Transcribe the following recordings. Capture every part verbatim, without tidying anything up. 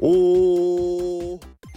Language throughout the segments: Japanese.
おー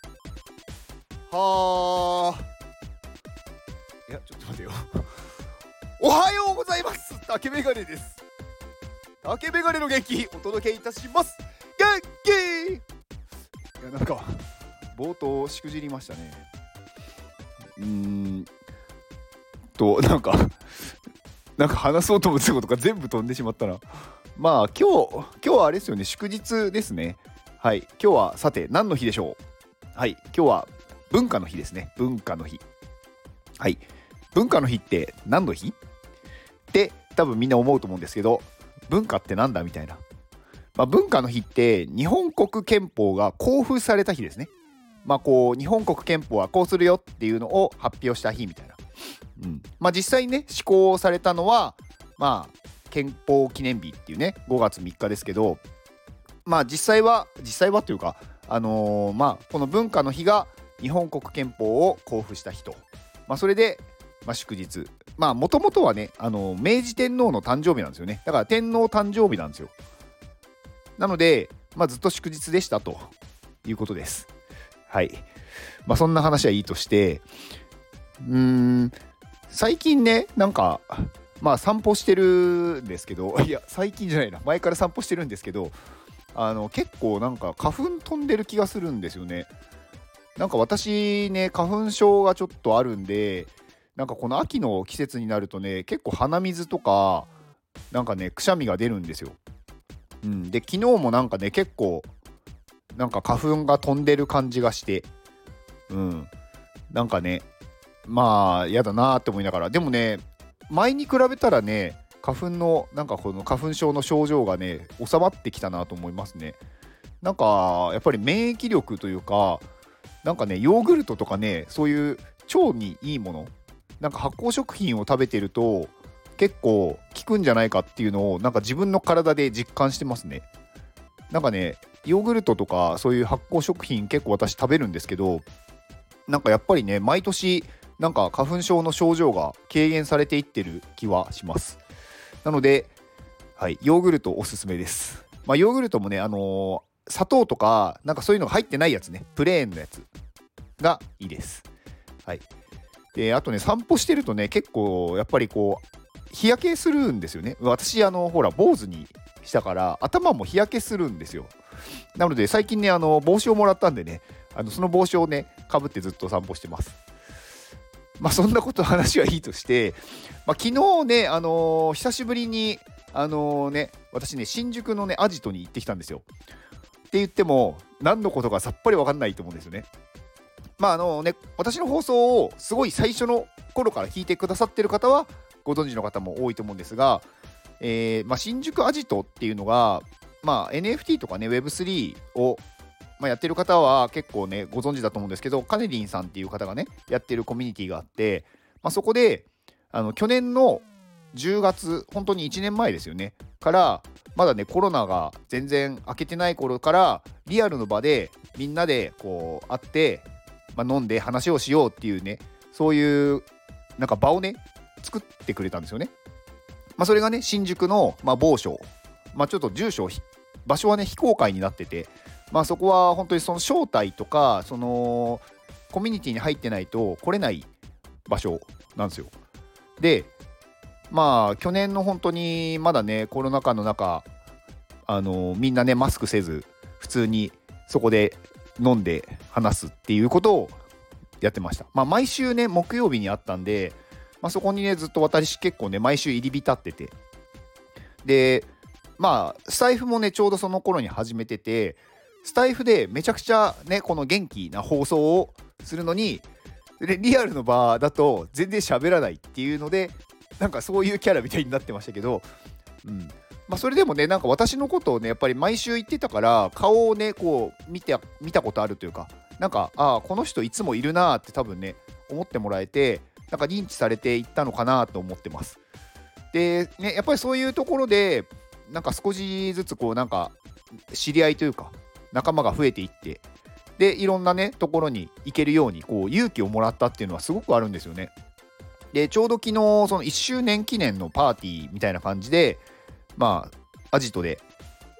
はーいやちょっと待てよおはようございます。竹メガネです。竹メガネの元気お届けいたします。元気。いやなんか冒頭しくじりましたね。うーんとなんかなんか話そうと思ってたことが全部飛んでしまったな。まあ今日今日はあれですよね、祝日ですね。はい、今日はさて何の日でしょう。はい、今日は文化の日ですね。文化の日。はい、文化の日って何の日って多分みんな思うと思うんですけど、文化ってなんだみたいな。まあ、文化の日って日本国憲法が公布された日ですね。まあこう日本国憲法はこうするよっていうのを発表した日みたいな。うん、まあ実際にね施行されたのはまあ憲法記念日っていうねごがつみっかですけど、まあ実際は実際はというかあのー、まあこの文化の日が日本国憲法を公布した日と、まあそれでまあ祝日、まあもともとはねあのー、明治天皇の誕生日なんですよね。だから天皇誕生日なんですよ。なのでまあずっと祝日でしたということです。はい。まあそんな話はいいとして、うーん最近ねなんかまあ散歩してるんですけど、いや最近じゃないな、前から散歩してるんですけど、あの結構なんか花粉飛んでる気がするんですよね。なんか私ね花粉症がちょっとあるんで、なんかこの秋の季節になるとね結構鼻水とかなんかねくしゃみが出るんですよ。うん、で昨日もなんかね結構なんか花粉が飛んでる感じがして、うんなんかねまあやだなーって思いながら、でもね前に比べたらね花粉のなんかこの花粉症の症状がね収まってきたなと思いますね。なんかやっぱり免疫力というか、なんかねヨーグルトとかねそういう腸にいいもの、なんか発酵食品を食べてると結構効くんじゃないかっていうのをなんか自分の体で実感してますね。なんかねヨーグルトとかそういう発酵食品結構私食べるんですけど、なんかやっぱりね毎年なんか花粉症の症状が軽減されていってる気はします。なので、はい、ヨーグルトおすすめです。まあ、ヨーグルトもね、あのー、砂糖とかなんかそういうのが入ってないやつね、プレーンのやつがいいです。はい。で、あとね、散歩してるとね、結構やっぱりこう日焼けするんですよね。私あのほら坊主にしたから頭も日焼けするんですよ。なので最近ねあの帽子をもらったんでね、あのその帽子をねかぶってずっと散歩してます。まあそんなこと話はいいとして、まあ、昨日ね、あのー、久しぶりに、あのー、ね、私ね、新宿のね、アジトに行ってきたんですよ。って言っても、何のことかさっぱり分かんないと思うんですよね。まああのね、私の放送をすごい最初の頃から聞いてくださってる方は、ご存知の方も多いと思うんですが、えーまあ、新宿アジトっていうのが、まあ、エヌエフティー とかね、ウェブスリー をまあ、やってる方は結構ねご存知だと思うんですけど、カネリンさんっていう方がねやってるコミュニティがあって、まあ、そこであの去年のじゅうがつ、本当にいちねんまえですよねからまだねコロナが全然明けてない頃からリアルの場でみんなでこう会って、まあ、飲んで話をしようっていうね、そういうなんか場をね作ってくれたんですよね。まあ、それがね新宿の、まあ、某所、まあ、ちょっと住所場所はね非公開になってて、まあそこは本当にその招待とかそのコミュニティに入ってないと来れない場所なんですよ。でまあ去年の本当にまだねコロナ禍の中、あのみんなねマスクせず普通にそこで飲んで話すっていうことをやってました。まあ毎週ね木曜日にあったんで、まあ、そこにねずっと私結構ね毎週入り浸ってて、でまあスタイフもねちょうどその頃に始めてて、スタイフでめちゃくちゃねこの元気な放送をするのにリアルの場だと全然喋らないっていうので、なんかそういうキャラみたいになってましたけど、うんまあ、それでもねなんか私のことをねやっぱり毎週言ってたから顔をねこう見て見たことあるというか、なんかああこの人いつもいるなって多分ね思ってもらえて、なんか認知されていったのかなと思ってます。でねやっぱりそういうところでなんか少しずつこうなんか知り合いというか仲間が増えていって、でいろんなねところに行けるようにこう勇気をもらったっていうのはすごくあるんですよね。でちょうど昨日そのいっしゅうねん記念のパーティーみたいな感じで、まあアジトで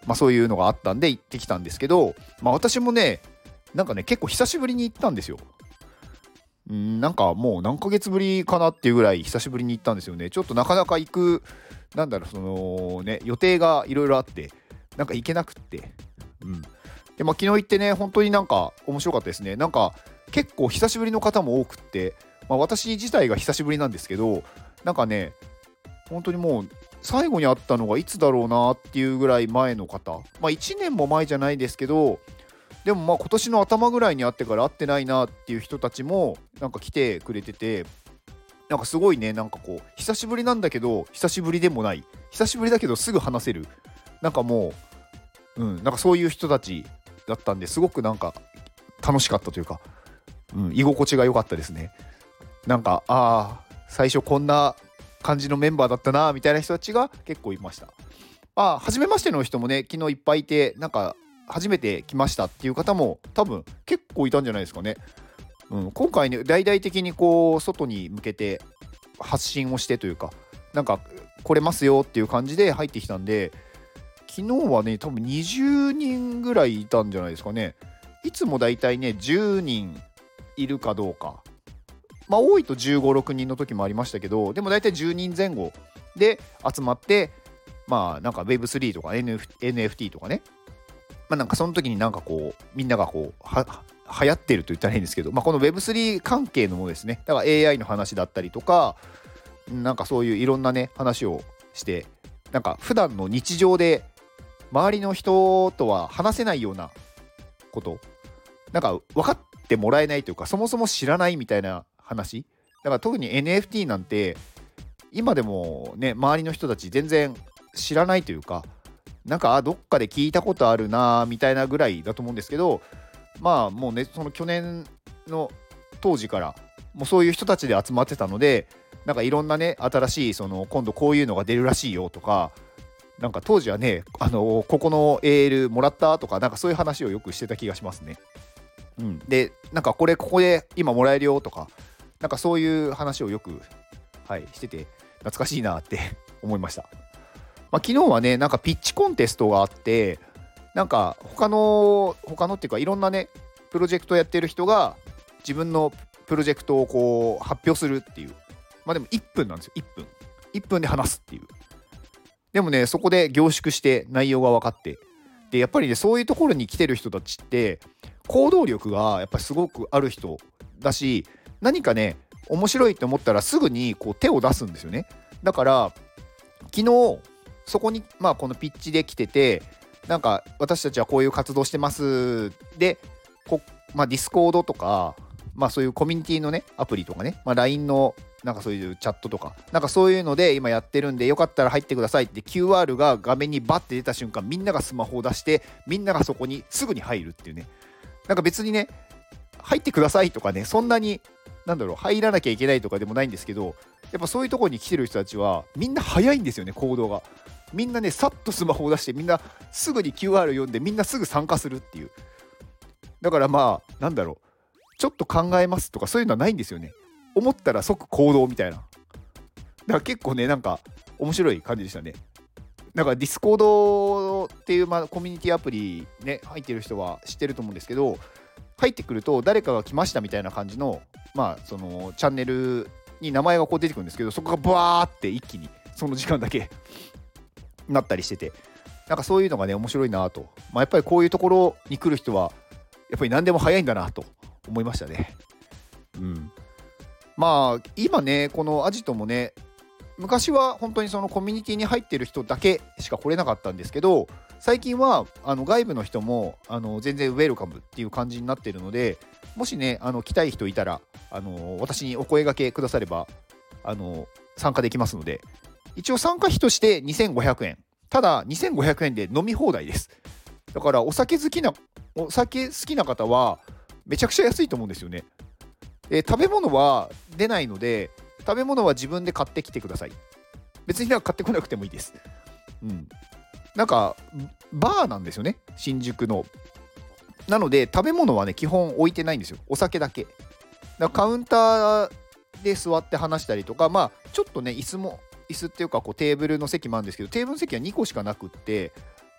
まあ、そういうのがあったんで行ってきたんですけど、まあ、私もねなんかね結構久しぶりに行ったんですよ。んなんかもう何ヶ月ぶりかなっていうぐらい久しぶりに行ったんですよね。ちょっとなかなか行くなんだろうそのね予定がいろいろあってなんか行けなくって、うんでまあ、昨日行ってね本当になんか面白かったですね。なんか結構久しぶりの方も多くって、まあ、私自体が久しぶりなんですけど、なんかね本当にもう最後に会ったのがいつだろうなっていうぐらい前の方、まあいちねんも前じゃないですけど、でもまあ今年の頭ぐらいに会ってから会ってないなっていう人たちもなんか来てくれてて、なんかすごいねなんかこう久しぶりなんだけど久しぶりでもない、久しぶりだけどすぐ話せる、なんかもううんなんかそういう人たちだったんですごくなんか楽しかったというか、うん、居心地が良かったですね。なんかああ最初こんな感じのメンバーだったなみたいな人たちが結構いました。あ初めましての人もね昨日いっぱいいて、なんか初めて来ましたっていう方も多分結構いたんじゃないですかね。うん、今回ね大々的にこう外に向けて発信をしてというか、なんか来れますよっていう感じで入ってきたんで、昨日はね多分にじゅうにんぐらいいたんじゃないですかね。いつもだいたいねじゅうにんいるかどうか、まあ多いとじゅうご、ろくにんの時もありましたけど、でもだいたいじゅうにんぜん後で集まって、まあなんか ウェブスリー とか エヌエフティー とかね、まあなんかその時になんかこうみんながこうは流行ってると言ったらいいんですけど、まあこの ウェブスリー 関係のものですね。だから エーアイ の話だったりとか、なんかそういういろんなね話をして、なんか普段の日常で周りの人とは話せないようなこと、なんか分かってもらえないというか、そもそも知らないみたいな話だから、特に エヌエフティー なんて今でもね周りの人たち全然知らないというか、なんかあどっかで聞いたことあるなみたいなぐらいだと思うんですけど、まあもうねその去年の当時からもうそういう人たちで集まってたので、なんかいろんなね新しいその今度こういうのが出るらしいよとか、なんか当時はねあのここのエールもらったとか、なんかそういう話をよくしてた気がしますね。うん、でなんかこれここで今もらえるよとか、なんかそういう話をよく、はい、してて懐かしいなって思いました。まあ、昨日はねなんかピッチコンテストがあって、なんか他の他のっていうかいろんなねプロジェクトやってる人が自分のプロジェクトをこう発表するっていう、まあでもいっぷんなんですよ。いっぷんいっぷんで話すっていう。でもねそこで凝縮して内容が分かって、でやっぱりねそういうところに来てる人たちって行動力がやっぱりすごくある人だし、何かね面白いと思ったらすぐにこう手を出すんですよね。だから昨日そこにまあこのピッチで来てて、なんか私たちはこういう活動してますでこ、まあ、ディスコードとか、まあそういうコミュニティのねアプリとかね、まあ、ライン のなんかそういうチャットとかなんかそういうので今やってるんでよかったら入ってくださいって キューアール が画面にバッて出た瞬間、みんながスマホを出してみんながそこにすぐに入るっていうね。なんか別にね入ってくださいとかね、そんなになんだろう入らなきゃいけないとかでもないんですけど、やっぱそういうところに来てる人たちはみんな早いんですよね、行動が。みんなねさっとスマホを出してみんなすぐに キューアール 読んでみんなすぐ参加するっていう。だからまあなんだろうちょっと考えますとかそういうのはないんですよね。思ったら即行動みたいな。だから結構ねなんか面白い感じでしたね。なんかディスコードっていう、まあ、コミュニティアプリね入ってる人は知ってると思うんですけど、入ってくると誰かが来ましたみたいな感じのまあそのチャンネルに名前がこう出てくるんですけど、そこがバーって一気にその時間だけなったりしてて、なんかそういうのがね面白いなと、まあ、やっぱりこういうところに来る人はやっぱり何でも早いんだなと思いましたね。うん、まあ今ねこのアジトもね昔は本当にそのコミュニティに入ってる人だけしか来れなかったんですけど、最近はあの外部の人もあの全然ウェルカムっていう感じになってるので、もしねあの来たい人いたらあの私にお声掛けくださればあの参加できますので、一応参加費としてにせんごひゃくえん、ただにせんごひゃくえんで飲み放題です。だからお酒好きなお酒好きな方はめちゃくちゃ安いと思うんですよね。で食べ物は出ないので、食べ物は自分で買ってきてください。別になんか買ってこなくてもいいです。うん。なんかバーなんですよね、新宿の。なので食べ物はね基本置いてないんですよ。お酒だけ。だからカウンターで座って話したりとか、まあちょっとね椅子も椅子っていうかこうテーブルの席もあるんですけど、テーブルの席はにこしかなくって、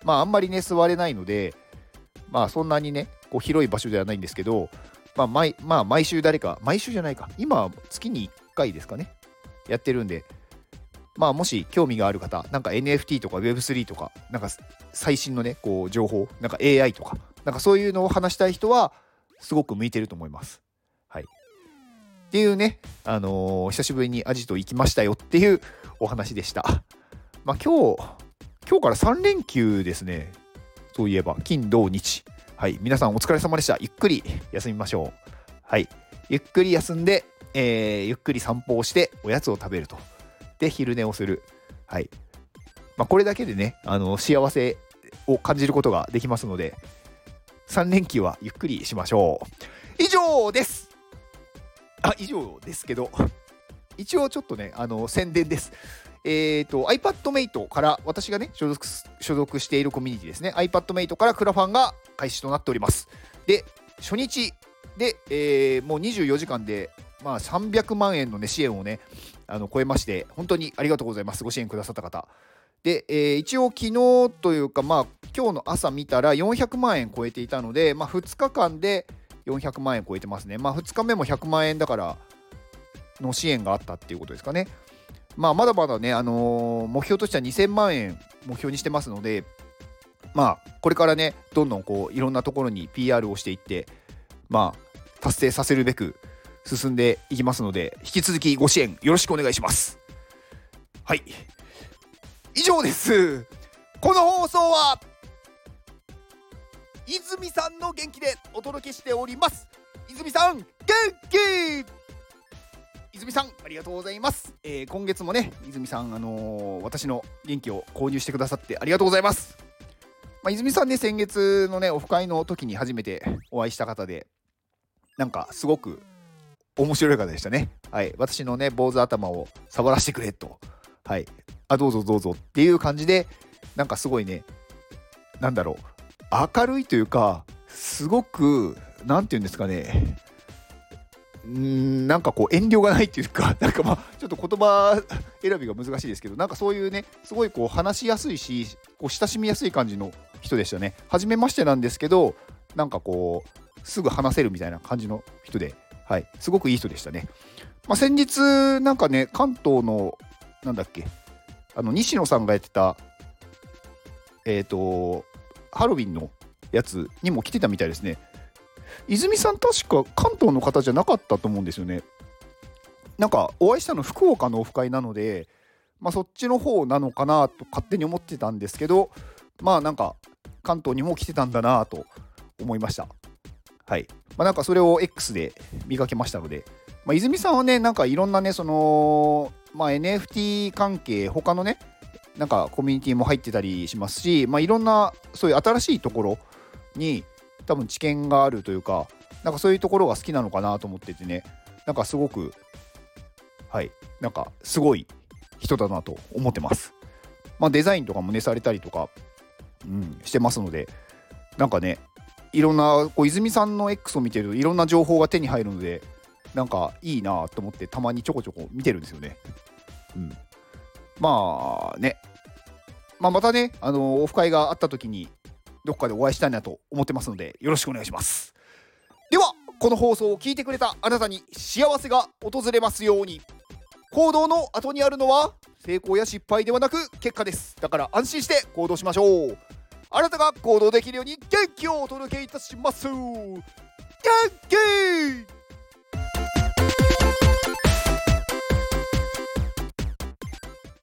まああんまりね座れないので、まあそんなにねこう広い場所ではないんですけど、まあ 毎, まあ毎週誰か毎週じゃないか今月にいっかいですかねやってるんで、まあもし興味がある方、なんか エヌエフティー とか ウェブスリー とかなんか最新のねこう情報、なんか エーアイ とかなんかそういうのを話したい人はすごく向いてると思います。はい。っていうね、あのー、久しぶりにアジト行きましたよっていうお話でした。まあ今日今日からさん連休ですね。そういえば金土日。はい、皆さんお疲れ様でした。ゆっくり休みましょう。はい、ゆっくり休んで、えー、ゆっくり散歩をしておやつを食べると。で昼寝をする。はい。まあこれだけでね、あの幸せを感じることができますので、さん連休はゆっくりしましょう。以上です。あ、以上ですけど、一応ちょっとね、あの宣伝です。えーと、iPadMate から私がね所属、所属しているコミュニティですね、iPadMate からクラファンが開始となっております。で、初日で、えー、もうにじゅうよじかんで、まあ、さんびゃくまんえんの、ね、支援をね、あの超えまして、本当にありがとうございます。ご支援くださった方。で、えー、一応昨日というか、まあ、今日の朝見たらよんひゃくまんえん超えていたので、まあ、ふつかかんでよんひゃくまんえん超えてますね。まあ、ふつかめもひゃくまんえんだからの支援があったっていうことですかね。まあ、まだまだね、あのー、目標としてはにせんまんえん目標にしてますので、まあ、これからね、どんどんこういろんなところに ピーアール をしていって、まあ、達成させるべく進んでいきますので、引き続きご支援よろしくお願いします。はい。以上です。この放送は、泉さんの元気でお届けしております。泉さん、元気！泉さんありがとうございます。えー、今月もね泉さん、あのー、私の元気を購入してくださってありがとうございます。まあ、泉さんね、先月のねオフ会の時に初めてお会いした方で、なんかすごく面白い方でしたね。はい、私のね坊主頭を触らせてくれと、はい、あどうぞどうぞっていう感じで、なんかすごいね、なんだろう、明るいというか、すごくなんていうんですかね、んなんかこう遠慮がないっていうか、なんかまあちょっと言葉選びが難しいですけど、なんかそういうね、すごいこう話しやすいし、こう親しみやすい感じの人でしたね。初めましてなんですけど、なんかこうすぐ話せるみたいな感じの人で、はい、すごくいい人でしたね。まあ、先日なんかね、関東のなんだっけ、あの西野さんがやってたえっとハロウィンのやつにも来てたみたいですね。泉さん確か関東の方じゃなかったと思うんですよね。なんかお会いしたの福岡のオフ会なので、まあ、そっちの方なのかなと勝手に思ってたんですけど、まあなんか関東にも来てたんだなと思いました。はい。まあ、なんかそれを X で見かけましたので、まあ、泉さんはね、なんかいろんなね、その、まあ、エヌエフティー 関係、他のね、なんかコミュニティも入ってたりしますし、まあ、いろんなそういう新しいところに多分知見があるというか、なんかそういうところが好きなのかなと思っててね、なんかすごく、はい、なんかすごい人だなと思ってます。まあ、デザインとかもねされたりとか、うん、してますので、なんかね、いろんなこう泉さんの X を見てるといろんな情報が手に入るので、なんかいいなと思ってたまにちょこちょこ見てるんですよね。うん、まあね、まあ、またね、あのオフ会があった時にどっかでお会いしたいなと思ってますので、よろしくお願いします。ではこの放送を聞いてくれたあなたに幸せが訪れますように。行動の後にあるのは成功や失敗ではなく結果です。だから安心して行動しましょう。あなたが行動できるように元気をお届けいたします。元気！